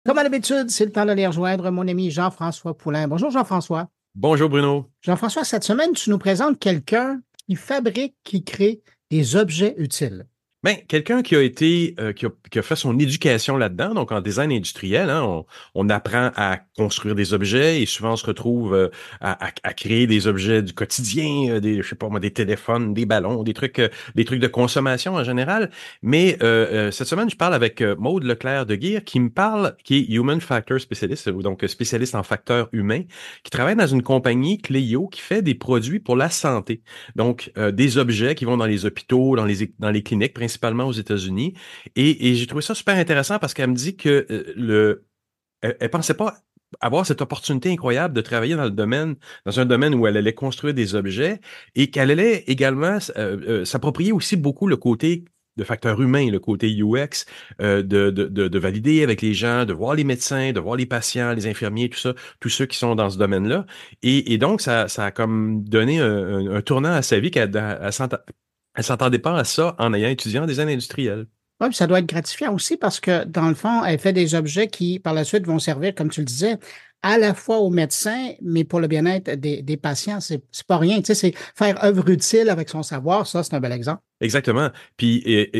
Comme à l'habitude, c'est le temps d'aller rejoindre mon ami Jean-François Poulain. Bonjour Jean-François. Bonjour Bruno. Jean-François, cette semaine, tu nous présentes quelqu'un qui fabrique, qui crée des objets utiles. Ben, quelqu'un qui a été, qui a fait son éducation là-dedans, donc en design industriel, hein, on apprend à construire des objets et souvent on se retrouve à créer des objets du quotidien, je sais pas moi, des téléphones, des ballons, des trucs de consommation en général. Mais cette semaine, je parle avec Maude Leclerc de Guire, qui me parle, qui est Human Factor Specialist, donc spécialiste en facteurs humains, qui travaille dans une compagnie Cléo qui fait des produits pour la santé. Donc, des objets qui vont dans les hôpitaux, dans les cliniques, principalement aux États-Unis. Et j'ai trouvé ça super intéressant parce qu'elle me dit que elle pensait pas avoir cette opportunité incroyable de travailler dans un domaine où elle allait construire des objets et qu'elle allait également s'approprier aussi beaucoup le côté de facteur humain, le côté UX, de valider avec les gens, de voir les médecins, de voir les patients, les infirmiers, tout ça, tous ceux qui sont dans ce domaine-là. Et donc, ça a comme donné un tournant à sa vie elle s'entendait pas à ça en ayant étudié en design industriel. Oui, puis ça doit être gratifiant aussi parce que, dans le fond, elle fait des objets qui, par la suite, vont servir, comme tu le disais, à la fois aux médecins, mais pour le bien-être des patients. C'est pas rien. Tu sais, c'est faire œuvre utile avec son savoir. Ça, c'est un bel exemple. Exactement. Puis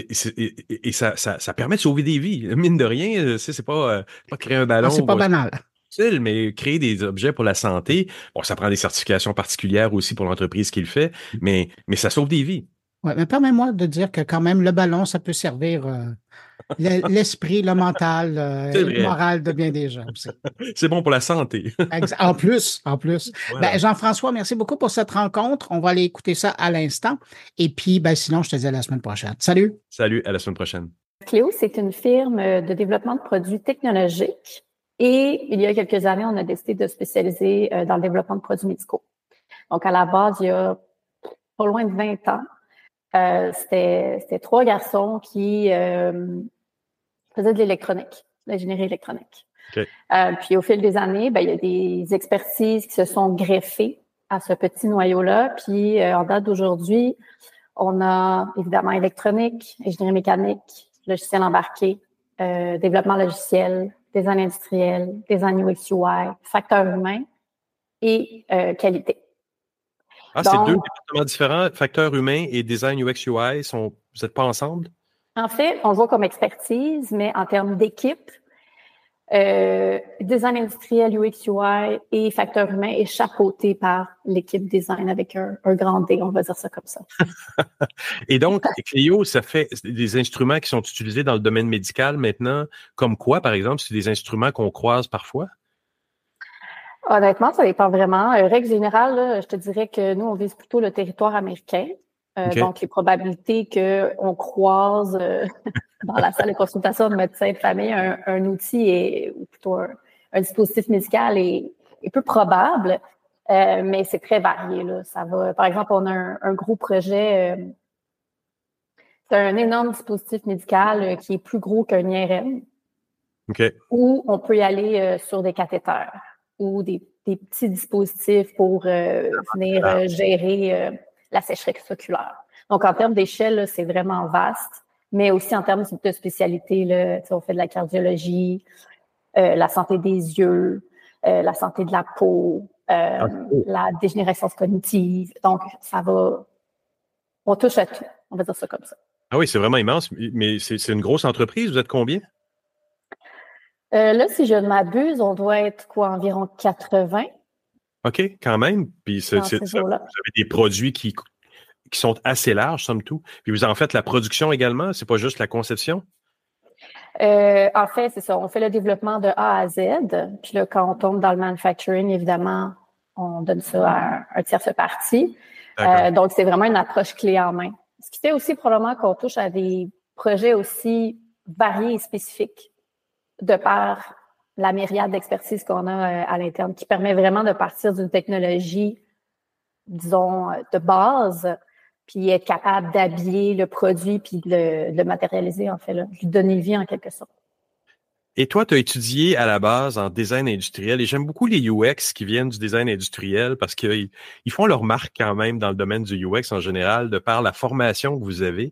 ça permet de sauver des vies. Mine de rien, c'est pas créer un Ah, c'est ballon pas banal. utile, mais créer des objets pour la santé. Bon, ça prend des certifications particulières aussi pour l'entreprise qui le fait, mais ça sauve des vies. Ouais, mais permets-moi de dire que quand même, le ballon, ça peut servir l'esprit, le mental C'est et le vrai. moral de bien des gens aussi. C'est bon pour la santé. En plus. Ben, Voilà. Jean-François, merci beaucoup pour cette rencontre. On va aller écouter ça à l'instant. Et puis, ben, sinon, je te dis à la semaine prochaine. Salut. Salut, à la semaine prochaine. Cléo, c'est une firme de développement de produits technologiques et il y a quelques années, on a décidé de spécialiser dans le développement de produits médicaux. Donc, à la base, il y a pas loin de 20 ans, c'était trois garçons qui faisaient de l'électronique, de l'ingénierie électronique. OK. Puis au fil des années, ben, il y a des expertises qui se sont greffées à ce petit noyau-là. Puis en date d'aujourd'hui, on a évidemment électronique, ingénierie mécanique, logiciel embarqué, développement logiciel, design industriel, design UX UI, facteur humain et qualité. Ah, c'est Donc, deux départements différents, facteurs humains et design UX UI, vous n'êtes pas ensemble? en fait, on le voit comme expertise, mais en termes d'équipe, design industriel, UX, UI et facteur humain est chapeauté par l'équipe design avec un grand D, on va dire ça comme ça. Et donc, Clio, ça fait des instruments qui sont utilisés dans le domaine médical maintenant, comme quoi, par exemple, c'est des instruments qu'on croise parfois? Honnêtement, ça dépend vraiment. Règle générale, là, je te dirais que nous, on vise plutôt le territoire américain. OK. Donc, les probabilités qu'on croise dans la salle de consultation de médecin de famille un outil ou plutôt un dispositif médical est peu probable, mais c'est très varié. Là. Ça va. Par exemple, on a un gros projet. C'est un énorme dispositif médical qui est plus gros qu'un IRM, OK. où on peut y aller sur des cathéters ou des petits dispositifs pour venir gérer la sécheresse oculaire. Donc, en termes d'échelle, là, c'est vraiment vaste, mais aussi en termes de spécialité, là, on fait de la cardiologie, la santé des yeux, la santé de la peau, la dégénérescence cognitive. Donc, on touche à tout, on va dire ça comme ça. Ah oui, c'est vraiment immense, mais c'est une grosse entreprise. Vous êtes combien? Là, si je ne m'abuse, on doit être environ 80. OK, quand même. Puis Dans ces vous eaux-là. avez des produits qui sont assez larges, somme toute. Puis vous en faites la production également, c'est pas juste la conception? En fait, c'est ça. On fait le développement de A à Z. Puis là, quand on tombe dans le manufacturing, évidemment, on donne ça à un tierce partie. Donc, c'est vraiment une approche clé en main. Ce qui fait aussi probablement qu'on touche à des projets aussi variés et spécifiques de par la myriade d'expertise qu'on a à l'interne, qui permet vraiment de partir d'une technologie, disons, de base, puis être capable d'habiller le produit puis de le matérialiser, en fait, là, de lui donner vie en quelque sorte. Et toi, tu as étudié à la base en design industriel et j'aime beaucoup les UX qui viennent du design industriel parce qu'ils font leur marque quand même dans le domaine du UX en général de par la formation que vous avez.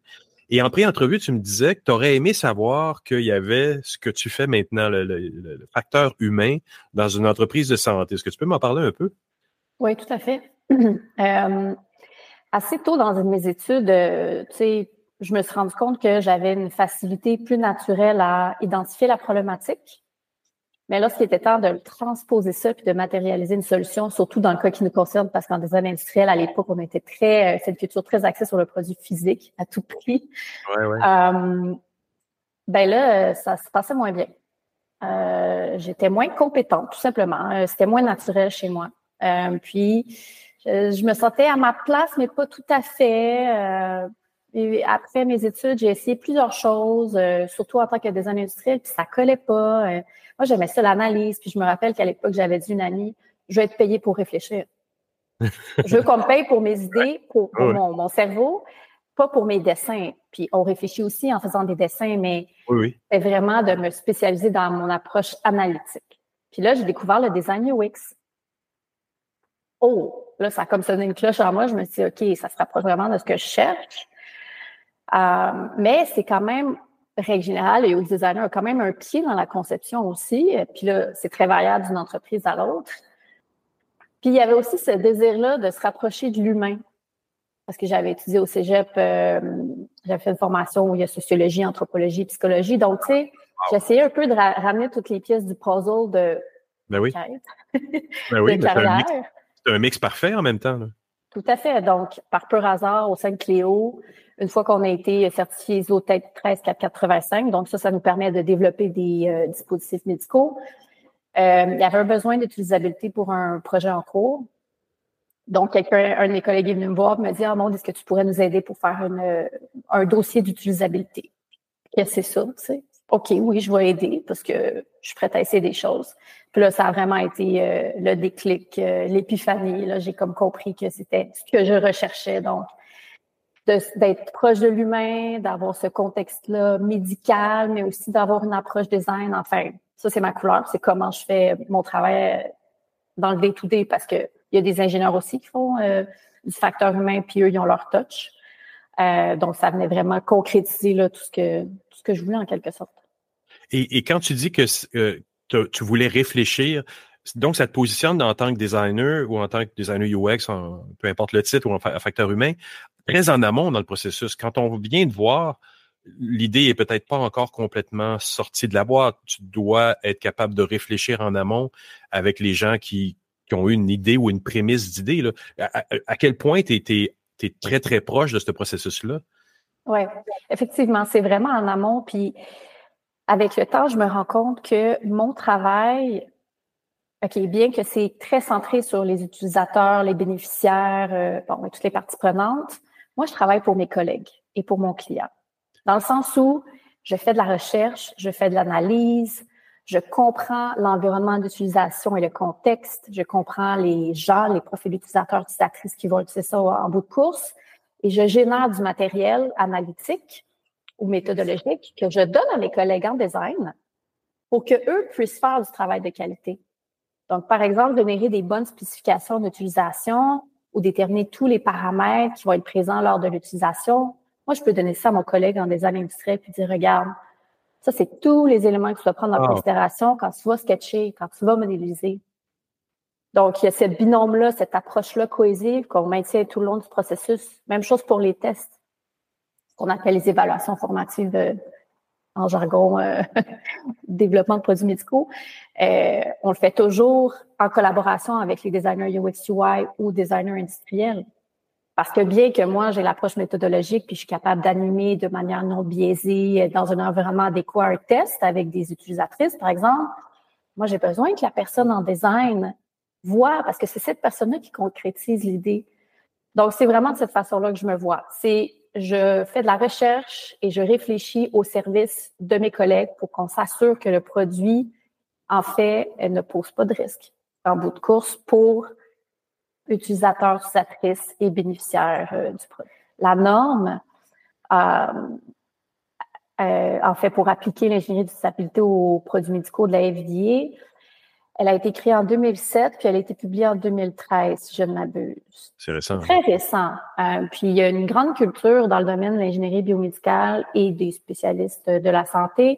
Et en pré-entrevue, tu me disais que tu aurais aimé savoir qu'il y avait ce que tu fais maintenant, le facteur humain dans une entreprise de santé. Est-ce que tu peux m'en parler un peu? Oui, tout à fait. Assez tôt dans mes études, tu sais, je me suis rendu compte que j'avais une facilité plus naturelle à identifier la problématique. Mais là, ce qui était temps de transposer ça puis de matérialiser une solution, surtout dans le cas qui nous concerne, parce qu'en design industriel, à l'époque, on était c'est une culture très axée sur le produit physique à tout prix. Ouais. Ben là, ça se passait moins bien. J'étais moins compétente, tout simplement. C'était moins naturel chez moi. Puis, je me sentais à ma place, mais pas tout à fait. Et après mes études, j'ai essayé plusieurs choses, surtout en tant que designer industriel, puis ça collait pas. Moi, j'aimais ça, l'analyse. Puis je me rappelle qu'à l'époque, j'avais dit à une amie, je vais être payée pour réfléchir. Je veux qu'on me paye pour mes idées, pour mon cerveau, pas pour mes dessins. Puis on réfléchit aussi en faisant des dessins, mais c'est vraiment de me spécialiser dans mon approche analytique. Puis là, j'ai découvert le design UX. Oh, là, ça a comme sonné une cloche en moi. Je me suis dit, OK, ça se rapproche vraiment de ce que je cherche. Mais c'est quand même, règle générale, le UX designer a quand même un pied dans la conception aussi. Puis là, c'est très variable d'une entreprise à l'autre. Puis il y avait aussi ce désir-là de se rapprocher de l'humain. Parce que j'avais étudié au cégep, j'avais fait une formation où il y a sociologie, anthropologie, psychologie. Donc, tu sais, j'essayais un peu de ramener toutes les pièces du puzzle de carrière. C'est un mix parfait en même temps. Là. Tout à fait. Donc, par pur hasard, au sein de Cléo, une fois qu'on a été certifié ISO 13485, donc ça nous permet de développer des dispositifs médicaux. Il y avait un besoin d'utilisabilité pour un projet en cours. Donc, un de mes collègues est venu me voir et me dit « Ah, Maude, est-ce que tu pourrais nous aider pour faire un dossier d'utilisabilité? » Qu'est-ce que c'est ça, tu sais? OK, oui, je vais aider parce que je suis prête à essayer des choses. Puis là, ça a vraiment été le déclic, l'épiphanie. Là, j'ai comme compris que c'était ce que je recherchais. Donc, d'être proche de l'humain, d'avoir ce contexte-là médical, mais aussi d'avoir une approche design. Enfin, ça, c'est ma couleur. C'est comment je fais mon travail dans le day-to-day parce que il y a des ingénieurs aussi qui font du facteur humain, puis eux, ils ont leur touch. Donc, ça venait vraiment concrétiser là, tout ce que je voulais en quelque sorte. Et quand tu dis que tu voulais réfléchir, donc ça te positionne en tant que designer ou en tant que designer UX, peu importe le titre, ou en facteur humain, très en amont dans le processus. Quand on vient de voir, l'idée est peut-être pas encore complètement sortie de la boîte. Tu dois être capable de réfléchir en amont avec les gens qui ont eu une idée ou une prémisse d'idée. Là. À quel point tu es très, très proche de ce processus-là? Oui, effectivement, c'est vraiment en amont. Puis avec le temps, je me rends compte que mon travail, OK, bien que c'est très centré sur les utilisateurs, les bénéficiaires, toutes les parties prenantes, moi, je travaille pour mes collègues et pour mon client. Dans le sens où je fais de la recherche, je fais de l'analyse, je comprends l'environnement d'utilisation et le contexte, je comprends les gens, les profils d'utilisateurs, utilisatrices qui vont utiliser ça en bout de course et je génère du matériel analytique ou méthodologique que je donne à mes collègues en design pour qu'eux puissent faire du travail de qualité. Donc, par exemple, générer des bonnes spécifications d'utilisation ou déterminer tous les paramètres qui vont être présents lors de l'utilisation. Moi, je peux donner ça à mon collègue en design industriel puis dire, regarde, ça, c'est tous les éléments que tu dois prendre en considération quand tu vas sketcher, quand tu vas modéliser. Donc, il y a cette binôme-là, cette approche-là cohésive qu'on maintient tout le long du processus. Même chose pour les tests, qu'on appelle les évaluations formatives en jargon développement de produits médicaux. On le fait toujours en collaboration avec les designers UX UI ou designers industriels. Parce que bien que moi, j'ai l'approche méthodologique puis je suis capable d'animer de manière non biaisée dans un environnement adéquat un test avec des utilisatrices, par exemple, moi, j'ai besoin que la personne en design voit, parce que c'est cette personne-là qui concrétise l'idée. Donc, c'est vraiment de cette façon-là que je me vois. Je fais de la recherche et je réfléchis au service de mes collègues pour qu'on s'assure que le produit, en fait, ne pose pas de risque en bout de course pour utilisateurs, utilisatrices et bénéficiaires du produit. La norme, en fait, pour appliquer l'ingénierie d'utilisabilité aux produits médicaux de la FDA, Elle a été créée en 2007, puis elle a été publiée en 2013, si je ne m'abuse. C'est récent. Très récent. Puis il y a une grande culture dans le domaine de l'ingénierie biomédicale et des spécialistes de la santé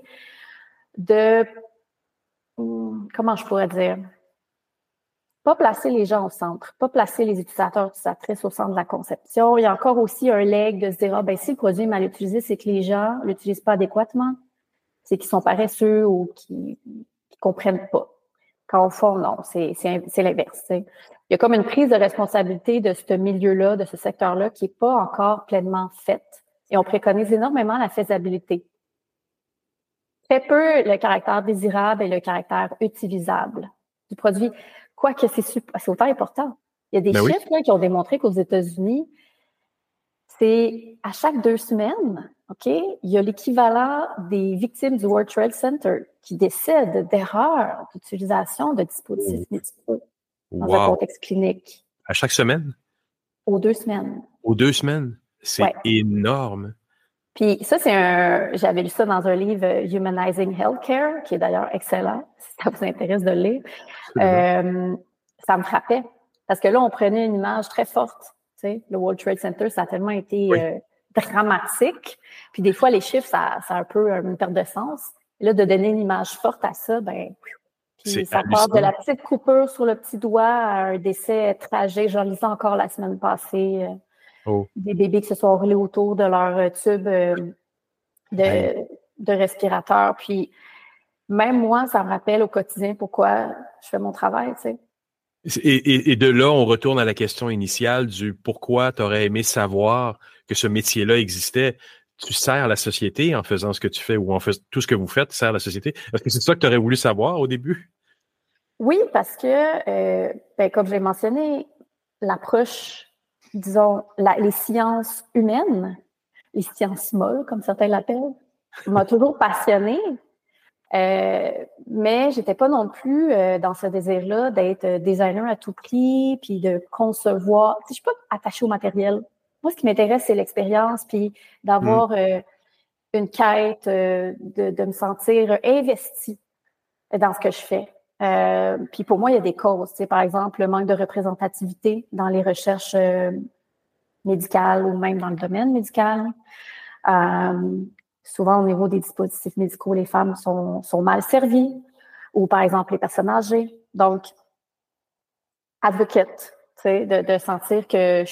comment je pourrais dire, pas placer les gens au centre, pas placer les utilisatrices au centre de la conception. Il y a encore aussi un leg de se dire, si le produit est mal utilisé, c'est que les gens l'utilisent pas adéquatement, c'est qu'ils sont paresseux ou qu'ils comprennent pas. Quand au fond, non, c'est l'inverse. Il y a comme une prise de responsabilité de ce milieu-là, de ce secteur-là, qui n'est pas encore pleinement faite. Et on préconise énormément la faisabilité. Très peu le caractère désirable et le caractère utilisable du produit. Quoique c'est autant important. Il y a des chiffres là, qui ont démontré qu'aux États-Unis, c'est à chaque 2 semaines, OK, il y a l'équivalent des victimes du World Trade Center qui décèdent d'erreurs d'utilisation de dispositifs médicaux dans un contexte clinique. À chaque semaine? Aux 2 semaines. Aux 2 semaines? C'est énorme. Puis ça, j'avais lu ça dans un livre Humanizing Healthcare, qui est d'ailleurs excellent, si ça vous intéresse de le lire. Ça me frappait. Parce que là, on prenait une image très forte. Tu sais, le World Trade Center, ça a tellement été dramatique. Puis des fois, les chiffres, ça a un peu une perte de sens. Et là, de donner une image forte à ça, puis ça passe de la petite coupure sur le petit doigt à un décès tragique. J'en lisais encore la semaine passée. Des bébés qui se sont enroulés autour de leur tube de respirateur. Puis même moi, ça me rappelle au quotidien pourquoi je fais mon travail, tu sais. Et de là, on retourne à la question initiale du pourquoi tu aurais aimé savoir que ce métier-là existait. Tu sers la société en faisant ce que tu fais ou en faisant tout ce que vous faites, sert la société. Est-ce que c'est ça que tu aurais voulu savoir au début? Oui, parce que, comme j'ai mentionné, l'approche, disons, les sciences humaines, les sciences molles, comme certains l'appellent, m'a toujours passionnée. Mais j'étais pas non plus dans ce désir-là d'être designer à tout prix, puis de concevoir. Je suis pas attachée au matériel. Moi, ce qui m'intéresse, c'est l'expérience, puis d'avoir une quête, de me sentir investie dans ce que je fais. Puis pour moi, il y a des causes. Par exemple, le manque de représentativité dans les recherches médicales ou même dans le domaine médical. Souvent, au niveau des dispositifs médicaux, les femmes sont mal servies, ou par exemple les personnes âgées. Donc, advocate, de sentir que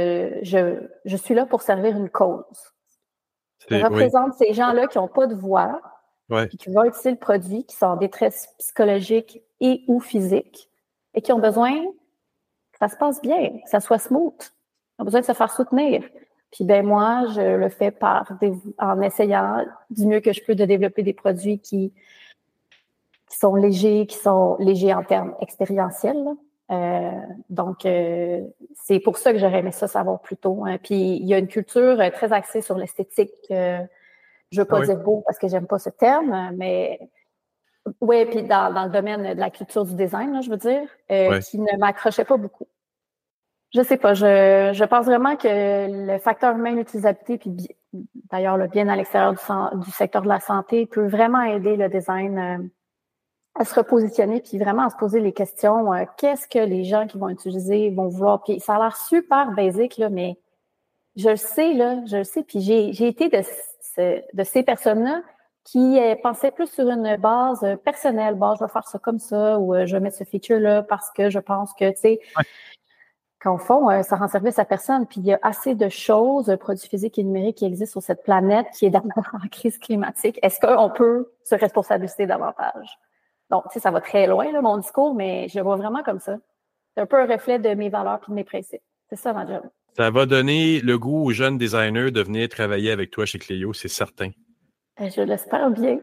je suis là pour servir une cause. Je représente ces gens-là qui n'ont pas de voix, puis qui vont utiliser le produit, qui sont en détresse psychologique et ou physique, et qui ont besoin que ça se passe bien, que ça soit smooth. Ils ont besoin de se faire soutenir. Puis moi, je le fais en essayant du mieux que je peux de développer des produits qui sont légers en termes expérientiels. Donc, c'est pour ça que j'aurais aimé ça savoir plus tôt. Hein. Puis il y a une culture très axée sur l'esthétique. Je veux pas dire beau parce que j'aime pas ce terme, mais puis dans le domaine de la culture du design, là, je veux dire, qui ne m'accrochait pas beaucoup. Je sais pas, je pense vraiment que le facteur humain, l'utilisabilité, puis d'ailleurs le bien à l'extérieur du secteur de la santé peut vraiment aider le design à se repositionner puis vraiment à se poser les questions. Qu'est-ce que les gens qui vont utiliser vont vouloir? Puis ça a l'air super basique, là, mais je le sais. Puis j'ai été de ces personnes-là qui pensaient plus sur une base personnelle. Je vais faire ça comme ça ou je vais mettre ce feature-là parce que je pense que, tu sais... Qu'en fond, ça rend service à personne. Puis il y a assez de choses, produits physiques et numériques qui existent sur cette planète qui est d'abord en crise climatique. Est-ce qu'on peut se responsabiliser davantage? Donc, tu sais, ça va très loin, là, mon discours, mais je le vois vraiment comme ça. C'est un peu un reflet de mes valeurs puis de mes principes. C'est ça, ma job. Ça va donner le goût aux jeunes designers de venir travailler avec toi chez Cléo, c'est certain. Je l'espère bien.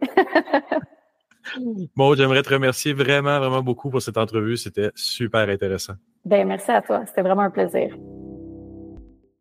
Bon, j'aimerais te remercier vraiment, vraiment beaucoup pour cette entrevue. C'était super intéressant. Merci à toi. C'était vraiment un plaisir.